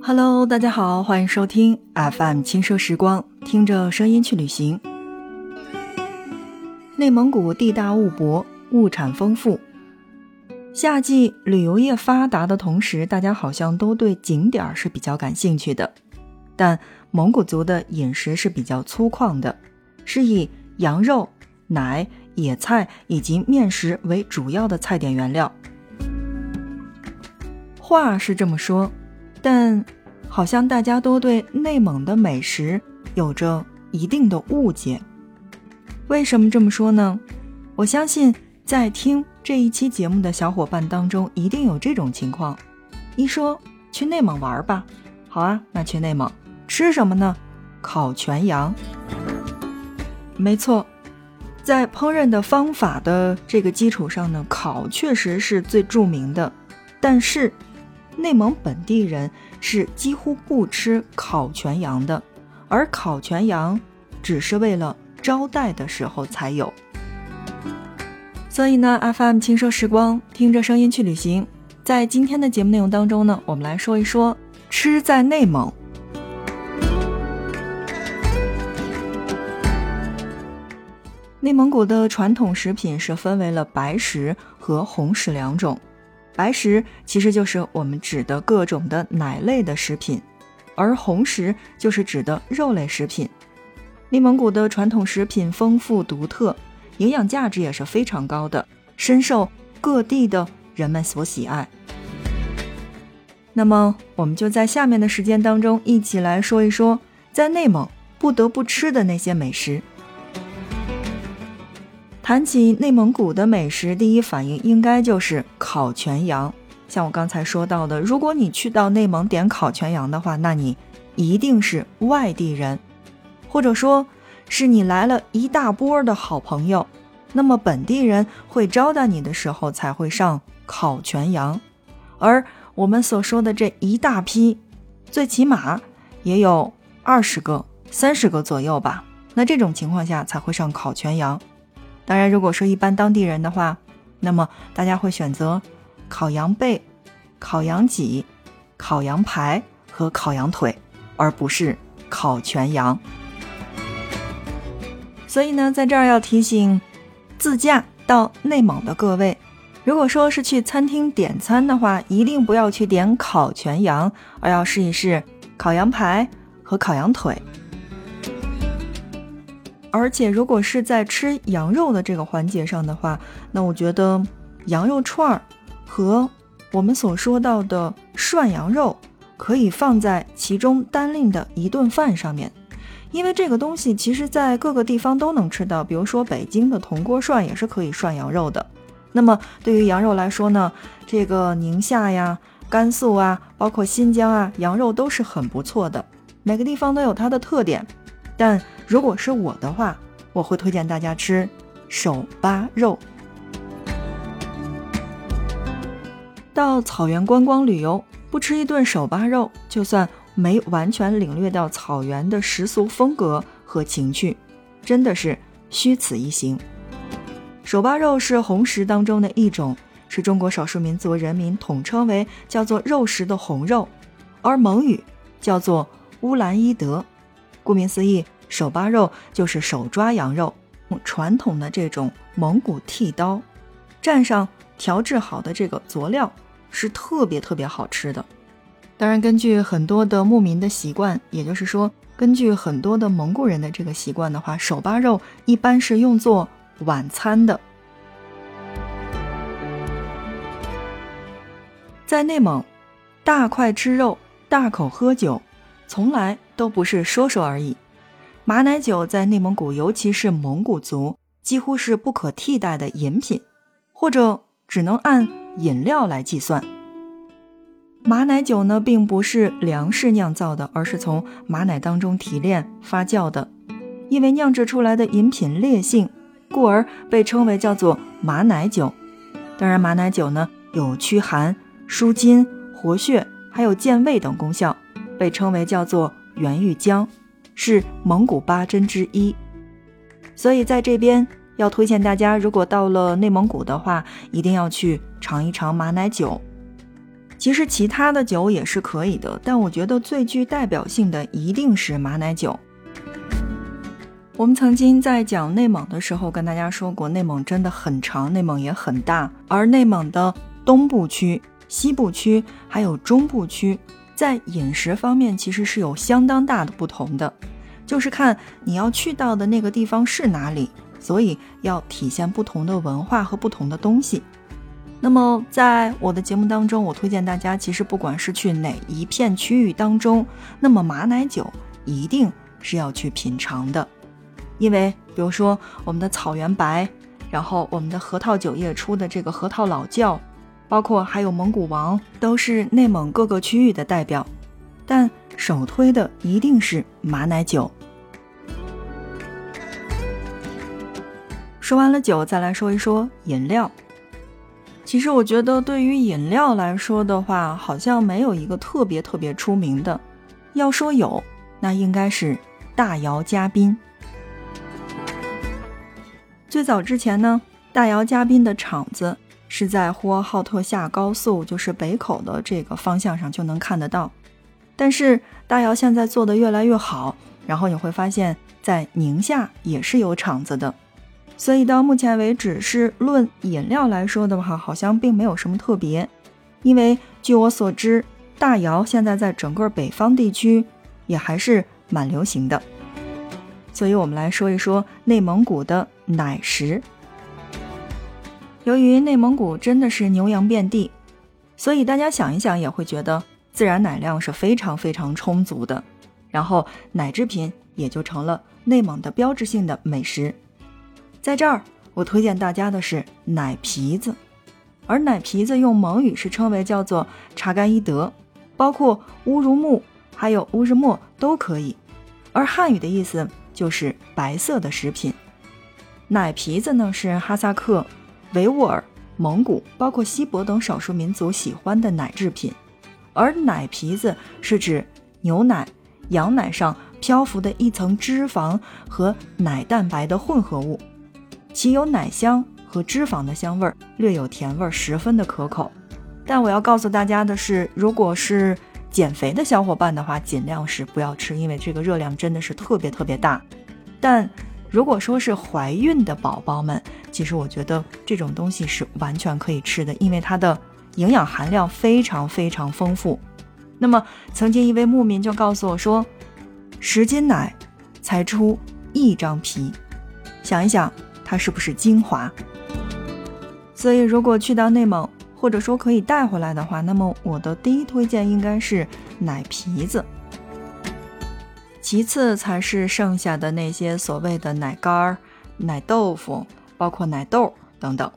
Hello， 大家好，欢迎收听 FM 轻奢时光，听着声音去旅行。内蒙古地大物博，物产丰富。夏季旅游业发达的同时，大家好像都对景点是比较感兴趣的。但蒙古族的饮食是比较粗犷的，是以羊肉、奶、野菜以及面食为主要的菜点原料。话是这么说，但好像大家都对内蒙的美食有着一定的误解。为什么这么说呢？我相信在听这一期节目的小伙伴当中一定有这种情况，一说去内蒙玩吧，好啊，那去内蒙吃什么呢？烤全羊。没错，在烹饪的方法的这个基础上呢，烤确实是最著名的，但是内蒙本地人是几乎不吃烤全羊的，而烤全羊只是为了招待的时候才有。所以呢 FM 轻奢时光，听着声音去旅行，在今天的节目内容当中呢，我们来说一说吃在内蒙。内蒙古的传统食品是分为了白食和红食两种。白食其实就是我们指的各种的奶类的食品，而红食就是指的肉类食品。内蒙古的传统食品丰富独特，营养价值也是非常高的，深受各地的人们所喜爱。那么我们就在下面的时间当中一起来说一说在内蒙不得不吃的那些美食。谈起内蒙古的美食，第一反应应该就是烤全羊。像我刚才说到的，如果你去到内蒙点烤全羊的话，那你一定是外地人，或者说是你来了一大波的好朋友，那么本地人会招待你的时候才会上烤全羊。而我们所说的这一大批，最起码也有20个、30个左右吧，那这种情况下才会上烤全羊。当然如果说一般当地人的话，那么大家会选择烤羊背、烤羊脊、烤羊排和烤羊腿，而不是烤全羊。所以呢，在这儿要提醒自驾到内蒙的各位，如果说是去餐厅点餐的话，一定不要去点烤全羊，而要试一试烤羊排和烤羊腿。而且如果是在吃羊肉的这个环节上的话，那我觉得羊肉串和我们所说到的涮羊肉可以放在其中单另的一顿饭上面，因为这个东西其实在各个地方都能吃到，比如说北京的铜锅涮也是可以涮羊肉的。那么对于羊肉来说呢，这个宁夏呀、甘肃啊，包括新疆啊，羊肉都是很不错的，每个地方都有它的特点。但如果是我的话，我会推荐大家吃手扒肉。到草原观光旅游，不吃一顿手扒肉，就算没完全领略到草原的食俗风格和情趣，真的是虚此一行。手扒肉是红食当中的一种，是中国少数民族人民统称为叫做肉食的红肉，而蒙语叫做乌兰伊德。顾名思义，手扒肉就是手抓羊肉，用传统的这种蒙古剃刀蘸上调制好的这个佐料，是特别特别好吃的。当然根据很多的牧民的习惯，也就是说根据很多的蒙古人的这个习惯的话，手扒肉一般是用作晚餐的。在内蒙，大块吃肉，大口喝酒，从来都不是说说而已。马奶酒在内蒙古，尤其是蒙古族，几乎是不可替代的饮品，或者只能按饮料来计算。马奶酒呢，并不是粮食酿造的，而是从马奶当中提炼发酵的。因为酿制出来的饮品烈性，故而被称为叫做马奶酒。当然马奶酒呢，有驱寒、舒筋、活血还有健胃等功效，被称为叫做元玉浆，是蒙古8珍之一。所以在这边要推荐大家，如果到了内蒙古的话，一定要去尝一尝马奶酒。 其实其他的酒也是可以的，但我觉得最具代表性的一定是马奶酒。我们曾经在讲内蒙的时候跟大家说过，内蒙真的很长，内蒙也很大，而内蒙的东部区、西部区还有中部区在饮食方面其实是有相当大的不同的，就是看你要去到的那个地方是哪里，所以要体现不同的文化和不同的东西。那么在我的节目当中，我推荐大家其实不管是去哪一片区域当中，那么马奶酒一定是要去品尝的。因为比如说我们的草原白，然后我们的核桃酒业出的这个核桃老窖，包括还有蒙古王，都是内蒙各个区域的代表，但首推的一定是马奶酒。说完了酒，再来说一说饮料。其实我觉得对于饮料来说的话，好像没有一个特别出名的，要说有，那应该是大窑嘉宾。最早之前呢，大窑嘉宾的厂子是在呼和浩特下高速，就是北口的这个方向上就能看得到。但是大窑现在做得越来越好，然后你会发现在宁夏也是有厂子的。所以到目前为止，是论饮料来说的话，好像并没有什么特别。因为据我所知，大窑现在在整个北方地区也还是蛮流行的。所以我们来说一说内蒙古的奶食。由于内蒙古真的是牛羊遍地，所以大家想一想也会觉得自然奶量是非常充足的，然后奶制品也就成了内蒙的标志性的美食。在这儿我推荐大家的是奶皮子，而奶皮子用蒙语是称为叫做查干伊德，包括乌如木还有乌日莫都可以，而汉语的意思就是白色的食品。奶皮子呢是哈萨克、维吾尔、蒙古包括锡伯等少数民族喜欢的奶制品，而奶皮子是指牛奶、羊奶上漂浮的一层脂肪和奶蛋白的混合物，其有奶香和脂肪的香味，略有甜味，十分的可口。但我要告诉大家的是，如果是减肥的小伙伴的话，尽量是不要吃，因为这个热量真的是特别大。但如果说是怀孕的宝宝们，其实我觉得这种东西是完全可以吃的，因为它的营养含量非常丰富。那么曾经一位牧民就告诉我说，10斤奶才出1张皮，想一想它是不是精华？所以如果去到内蒙，或者说可以带回来的话，那么我的第一推荐应该是奶皮子，其次才是剩下的那些所谓的奶干、奶豆腐，包括奶豆等等。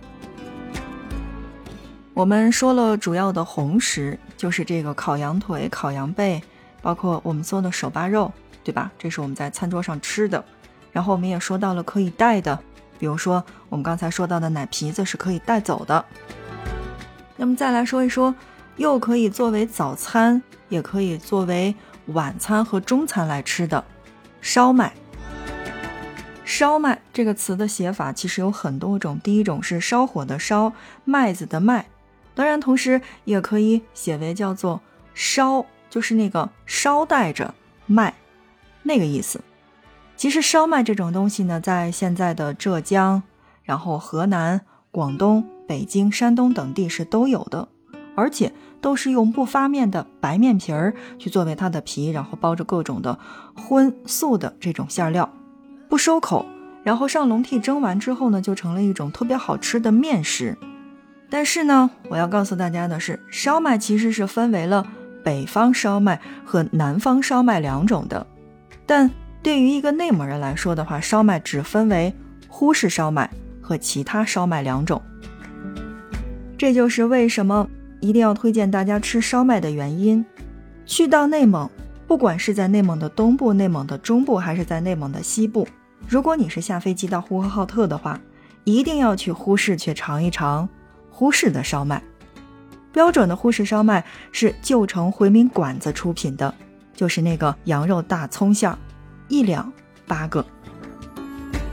我们说了主要的红食，就是这个烤羊腿、烤羊背，包括我们做的手扒肉，对吧？这是我们在餐桌上吃的。然后我们也说到了可以带的，比如说我们刚才说到的奶皮子是可以带走的。那么再来说一说，又可以作为早餐，也可以作为晚餐和中餐来吃的烧麦。烧麦这个词的写法其实有很多种，第一种是烧火的烧，麦子的麦，当然同时也可以写为叫做烧，就是那个捎带着麦那个意思。其实烧麦这种东西呢，在现在的浙江，然后河南、广东、北京、山东等地是都有的，而且都是用不发面的白面皮儿去作为它的皮，然后包着各种的荤素的这种馅料，不收口，然后上笼屉蒸完之后呢，就成了一种特别好吃的面食。但是呢，我要告诉大家的是，烧麦其实是分为了北方烧麦和南方烧麦两种的，但对于一个内蒙人来说的话，烧麦只分为呼式烧麦和其他烧麦两种。这就是为什么一定要推荐大家吃烧麦的原因。去到内蒙，不管是在内蒙的东部、内蒙的中部，还是在内蒙的西部，如果你是下飞机到呼和浩特的话，一定要去呼市去尝一尝呼市的烧麦。标准的呼市烧麦是旧城回民馆子出品的，就是那个羊肉大葱馅，1两8个。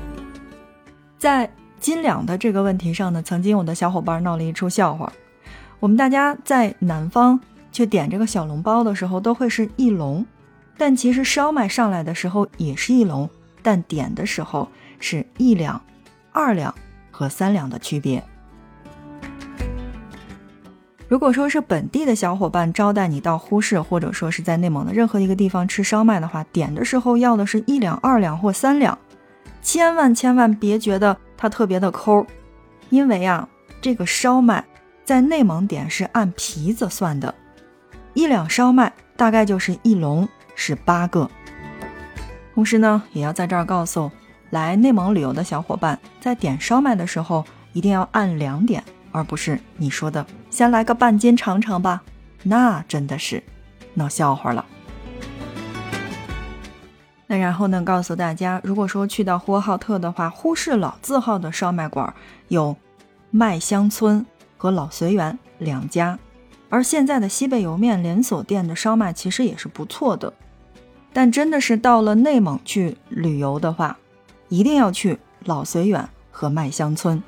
在斤两的这个问题上呢，曾经有的小伙伴闹了一出笑话。 我们大家在南方去点这个小笼包的时候都会是一笼，但其实烧麦上来的时候也是一笼，但点的时候是1两、2两和3两的区别。如果说是本地的小伙伴招待你到呼市，或者说是在内蒙的任何一个地方吃烧麦的话，点的时候要的是1两、2两或3两，千万别觉得它特别的抠，因为这个烧麦在内蒙点是按皮子算的，1两烧麦大概就是一笼是8个。同时呢，也要在这儿告诉来内蒙旅游的小伙伴，在点烧麦的时候一定要按量点，而不是你说的先来个半斤尝尝吧，那真的是闹笑话了。那然后呢，告诉大家，如果说去到呼和浩特的话，呼市老字号的烧麦馆有麦香村和老随园2家，而现在的西贝莜面连锁店的烧麦其实也是不错的。但真的是到了内蒙去旅游的话，一定要去老随园和麦香村。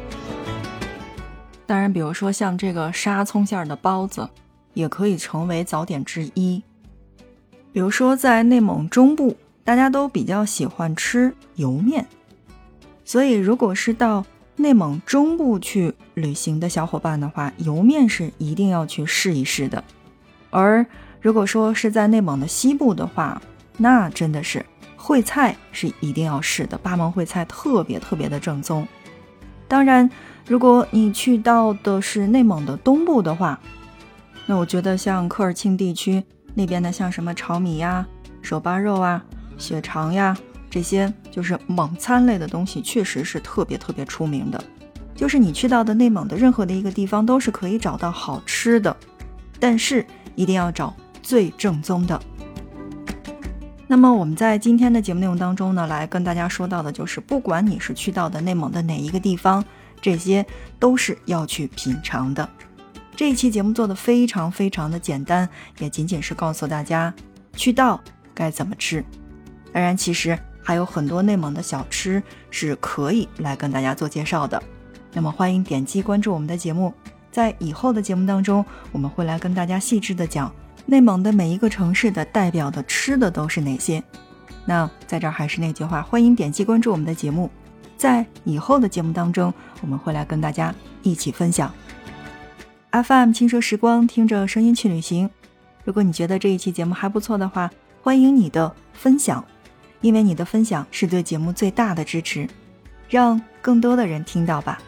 当然比如说像这个沙葱馅的包子也可以成为早点之一。比如说在内蒙中部大家都比较喜欢吃莜面，所以如果是到内蒙中部去旅行的小伙伴的话，莜面是一定要去试一试的。而如果说是在内蒙的西部的话，那真的是烩菜是一定要试的，巴蒙烩菜特别的正宗。当然如果你去到的是内蒙的东部的话，那我觉得像科尔沁地区那边的像什么炒米呀、手扒肉啊、血肠呀，这些就是蒙餐类的东西确实是特别出名的。就是你去到的内蒙的任何的一个地方都是可以找到好吃的，但是一定要找最正宗的。那么我们在今天的节目内容当中呢，来跟大家说到的就是，不管你是去到的内蒙的哪一个地方，这些都是要去品尝的。这一期节目做的非常的简单，也仅仅是告诉大家去到该怎么吃。当然其实还有很多内蒙的小吃是可以来跟大家做介绍的。那么欢迎点击关注我们的节目，在以后的节目当中，我们会来跟大家细致的讲内蒙的每一个城市的代表的吃的都是哪些。那在这儿还是那句话，欢迎点击关注我们的节目，在以后的节目当中，我们会来跟大家一起分享。FM 轻奢时光，听着声音去旅行。如果你觉得这一期节目还不错的话，欢迎你的分享，因为你的分享是对节目最大的支持，让更多的人听到吧。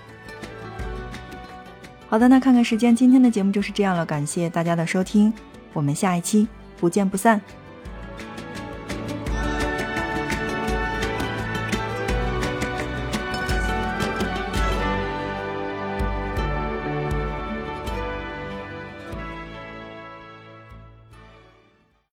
好的，那看看时间，今天的节目就是这样了，感谢大家的收听，我们下一期不见不散。